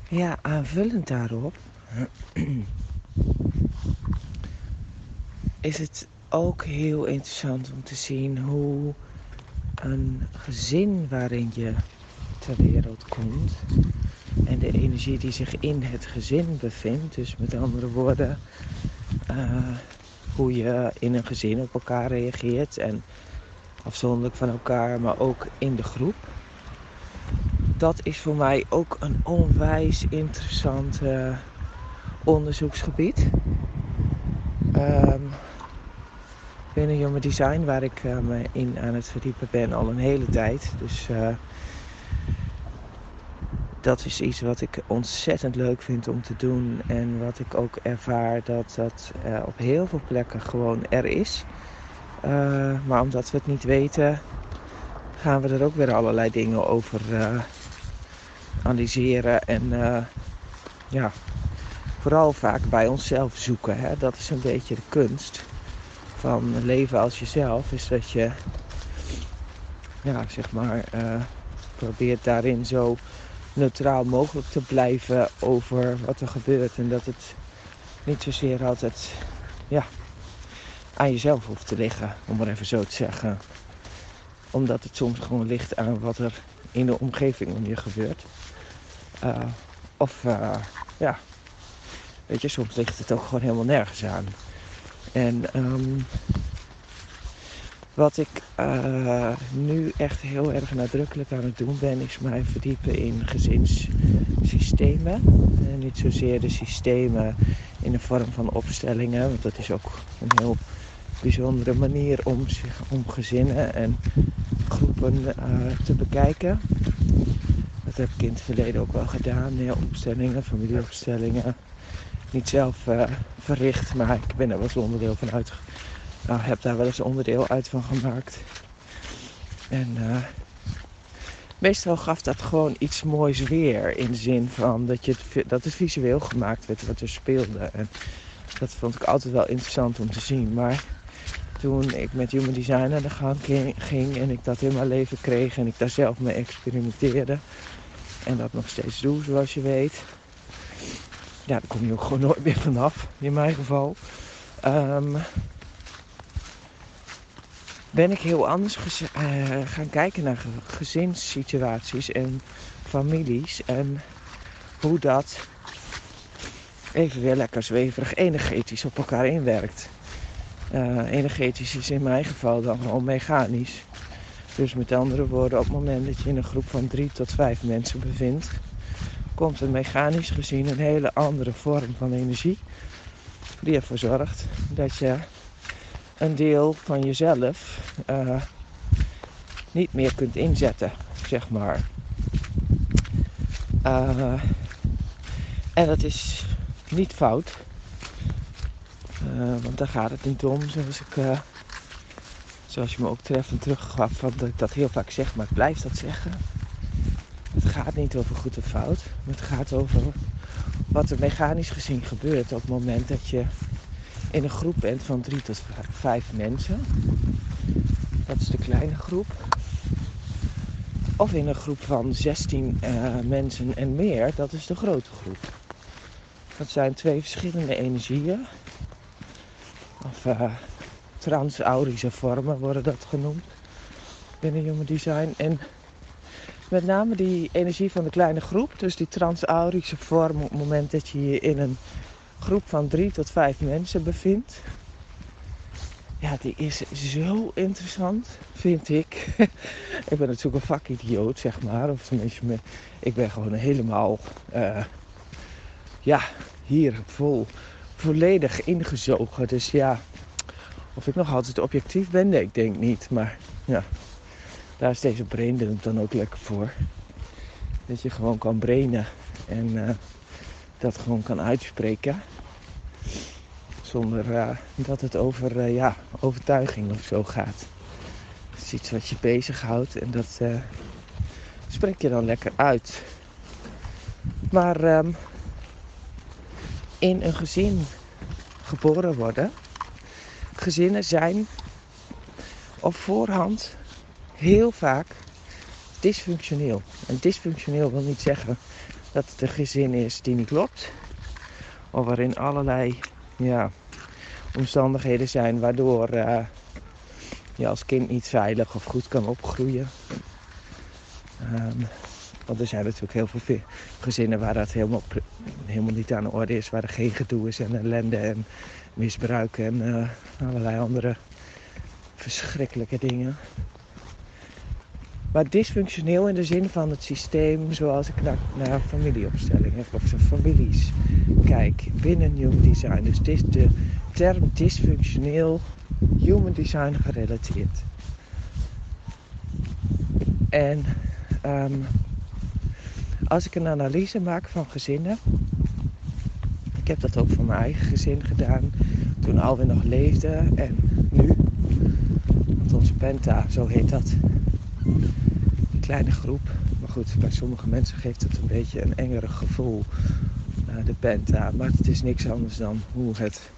Ja, aanvullend daarop is het ook heel interessant om te zien hoe een gezin waarin je ter wereld komt en de energie die zich in het gezin bevindt, dus met andere woorden, hoe je in een gezin op elkaar reageert en afzonderlijk van elkaar, maar ook in de groep. Dat is voor mij ook een onwijs interessant onderzoeksgebied. Binnen Human Design, waar ik me in aan het verdiepen ben al een hele tijd. Dus dat is iets wat ik ontzettend leuk vind om te doen. En wat ik ook ervaar dat op heel veel plekken gewoon er is. Maar omdat we het niet weten, gaan we er ook weer allerlei dingen over analyseren. En ja, vooral vaak bij onszelf zoeken. Hè? Dat is een beetje de kunst van leven als jezelf. Is dat je, ja, zeg maar, probeert daarin zo neutraal mogelijk te blijven over wat er gebeurt. En dat het niet zozeer altijd, ja, aan jezelf hoeft te liggen, om maar even zo te zeggen. Omdat het soms gewoon ligt aan wat er in de omgeving om je gebeurt. Ja, weet je, soms ligt het ook gewoon helemaal nergens aan. En wat ik nu echt heel erg nadrukkelijk aan het doen ben, is mij verdiepen in gezinssystemen. En niet zozeer de systemen in de vorm van opstellingen, want dat is ook een heel bijzondere manier om gezinnen en groepen te bekijken. Dat heb ik in het verleden ook wel gedaan, opstellingen, familieopstellingen. Niet zelf verricht, maar ik ben er wel eens onderdeel van heb daar wel eens onderdeel uit van gemaakt. En meestal gaf dat gewoon iets moois weer. In de zin van dat het visueel gemaakt werd wat er speelde. En dat vond ik altijd wel interessant om te zien. Maar toen ik met Human Design aan de gang ging en ik dat in mijn leven kreeg en ik daar zelf mee experimenteerde. En dat nog steeds doe, zoals je weet. Ja, daar kom je ook gewoon nooit meer vanaf, in mijn geval. Ben ik heel anders gaan kijken naar gezinssituaties en families. En hoe dat, even weer lekker zweverig, energetisch op elkaar inwerkt. Energetisch is in mijn geval dan gewoon mechanisch. Dus met andere woorden, op het moment dat je in een groep van 3 tot 5 mensen bevindt, komt er mechanisch gezien een hele andere vorm van energie. Die ervoor zorgt dat je een deel van jezelf niet meer kunt inzetten, zeg maar. En dat is niet fout. Want daar gaat het niet om, zoals je me ook treffend teruggaf, dat ik dat heel vaak zeg, maar ik blijf dat zeggen. Het gaat niet over goed of fout, maar het gaat over wat er mechanisch gezien gebeurt op het moment dat je in een groep bent van 3 tot 5 mensen. Dat is de kleine groep. Of in een groep van 16 mensen en meer, dat is de grote groep. Dat zijn 2 verschillende energieën. Of transaurische vormen worden dat genoemd binnen Human Design. En met name die energie van de kleine groep, dus die transaurische vorm op het moment dat je je in een groep van 3 tot 5 mensen bevindt. Ja, die is zo interessant, vind ik. Ik ben natuurlijk een vakidioot, zeg maar. Of tenminste, ik ben gewoon helemaal hier volledig ingezogen. Dus ja, of ik nog altijd objectief ben, nee, ik denk niet. Maar ja, daar is deze braindump dan ook lekker voor. Dat je gewoon kan brainen en dat gewoon kan uitspreken. Zonder dat het over overtuiging of zo gaat. Het is iets wat je bezighoudt en dat spreek je dan lekker uit. Maar in een gezin geboren worden. Gezinnen zijn op voorhand heel vaak dysfunctioneel. En dysfunctioneel wil niet zeggen dat het een gezin is die niet klopt. Of waarin allerlei omstandigheden zijn waardoor je als kind niet veilig of goed kan opgroeien. Want er zijn natuurlijk heel veel gezinnen waar dat helemaal niet aan de orde is. Waar er geen gedoe is en ellende en misbruik en allerlei andere verschrikkelijke dingen. Maar dysfunctioneel in de zin van het systeem zoals ik naar familieopstellingen of families kijk binnen Human Design. Dus het is de term dysfunctioneel Human Design gerelateerd. En als ik een analyse maak van gezinnen, ik heb dat ook voor mijn eigen gezin gedaan, toen Alwin nog leefde en nu, want onze Penta, zo heet dat, die kleine groep. Maar goed, bij sommige mensen geeft het een beetje een engerig gevoel, de Penta. Maar het is niks anders dan hoe het,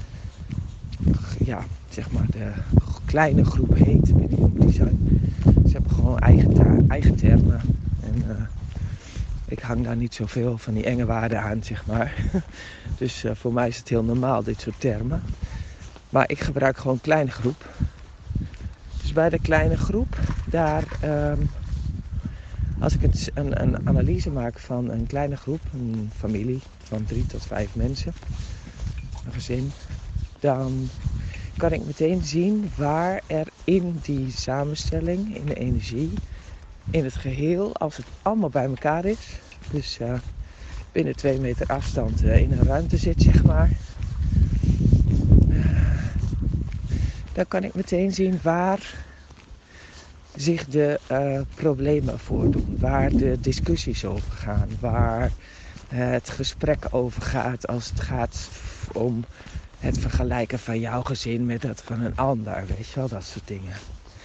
de kleine groep heet binnen Human Design. Ze hebben gewoon eigen termen. En ik hang daar niet zoveel van die enge waarden aan, zeg maar. Dus voor mij is het heel normaal, dit soort termen. Maar ik gebruik gewoon kleine groep. Dus bij de kleine groep, daar, als ik een analyse maak van een kleine groep, een familie van 3 tot 5 mensen, een gezin, dan kan ik meteen zien waar er in die samenstelling, in de energie, in het geheel, als het allemaal bij elkaar is, dus binnen 2 meter afstand in een ruimte zit, zeg maar, dan kan ik meteen zien waar zich de problemen voordoen, waar de discussies over gaan, waar het gesprek over gaat als het gaat om het vergelijken van jouw gezin met dat van een ander, weet je wel, dat soort dingen.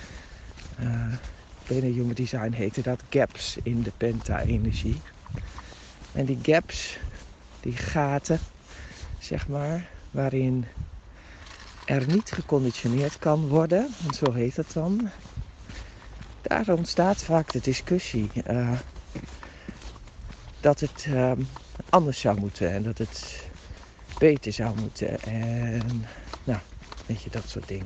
Binnen Human Design heette dat gaps in de Penta-energie. En die gaps, die gaten, zeg maar, waarin er niet geconditioneerd kan worden, want zo heet het dan, daar ontstaat vaak de discussie dat het anders zou moeten en dat het beter zou moeten en weet je, dat soort dingen.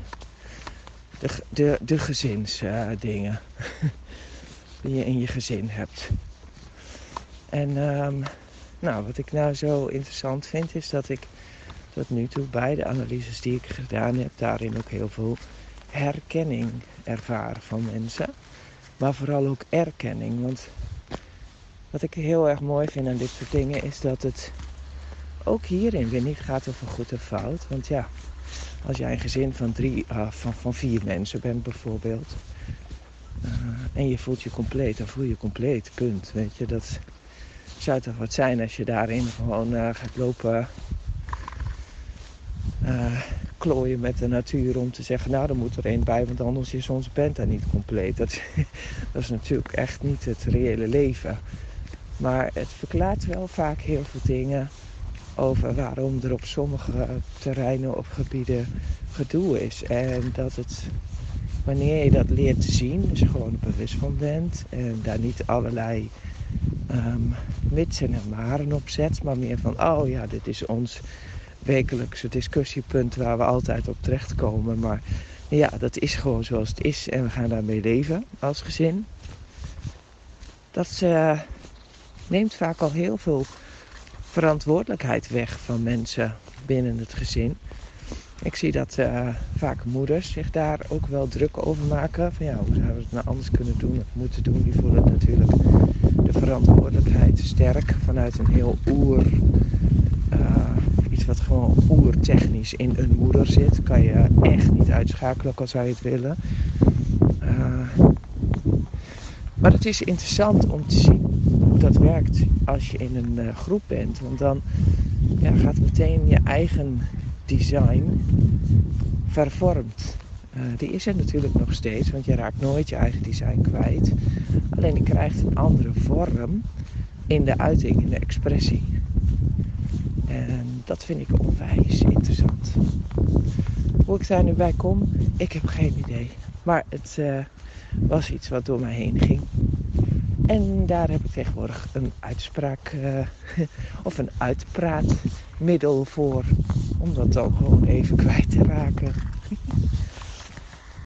De gezinsdingen die je in je gezin hebt. En wat ik nou zo interessant vind is dat ik tot nu toe bij de analyses die ik gedaan heb, daarin ook heel veel herkenning ervaren van mensen. Maar vooral ook erkenning. Want wat ik heel erg mooi vind aan dit soort dingen is dat het ook hierin weer niet gaat over goed en fout. Want ja, als jij een gezin van 4 mensen bent bijvoorbeeld, en je voelt je compleet, dan voel je compleet, punt. Weet je, dat zou toch wat zijn als je daarin gewoon gaat lopen klooien met de natuur om te zeggen, nou, er moet er één bij, want anders is onze Penta niet compleet. Dat is natuurlijk echt niet het reële leven. Maar het verklaart wel vaak heel veel dingen over waarom er op sommige terreinen of gebieden gedoe is. En dat het, wanneer je dat leert te zien, dus gewoon er bewust van bent en daar niet allerlei mitsen en maren op zet, maar meer van, oh ja, dit is ons wekelijkse discussiepunt waar we altijd op terechtkomen. Maar ja, dat is gewoon zoals het is en we gaan daarmee leven als gezin. Dat neemt vaak al heel veel verantwoordelijkheid weg van mensen binnen het gezin. Ik zie dat vaak moeders zich daar ook wel druk over maken. Van ja, hoe zouden we het nou anders kunnen doen of moeten doen? Die voelen natuurlijk de verantwoordelijkheid sterk vanuit een heel iets wat gewoon oertechnisch in een moeder zit. Kan je echt niet uitschakelen, ook al zou je het willen. Maar het is interessant om te zien hoe dat werkt als je in een groep bent. Want dan gaat meteen je eigen design vervormd. Die is er natuurlijk nog steeds, want je raakt nooit je eigen design kwijt. Alleen die krijgt een andere vorm in de uiting, in de expressie. En dat vind ik onwijs interessant. Hoe ik daar nu bij kom, ik heb geen idee. Maar het was iets wat door mij heen ging. En daar heb ik tegenwoordig een uitspraak of een uitpraatmiddel voor. Om dat ook gewoon even kwijt te raken.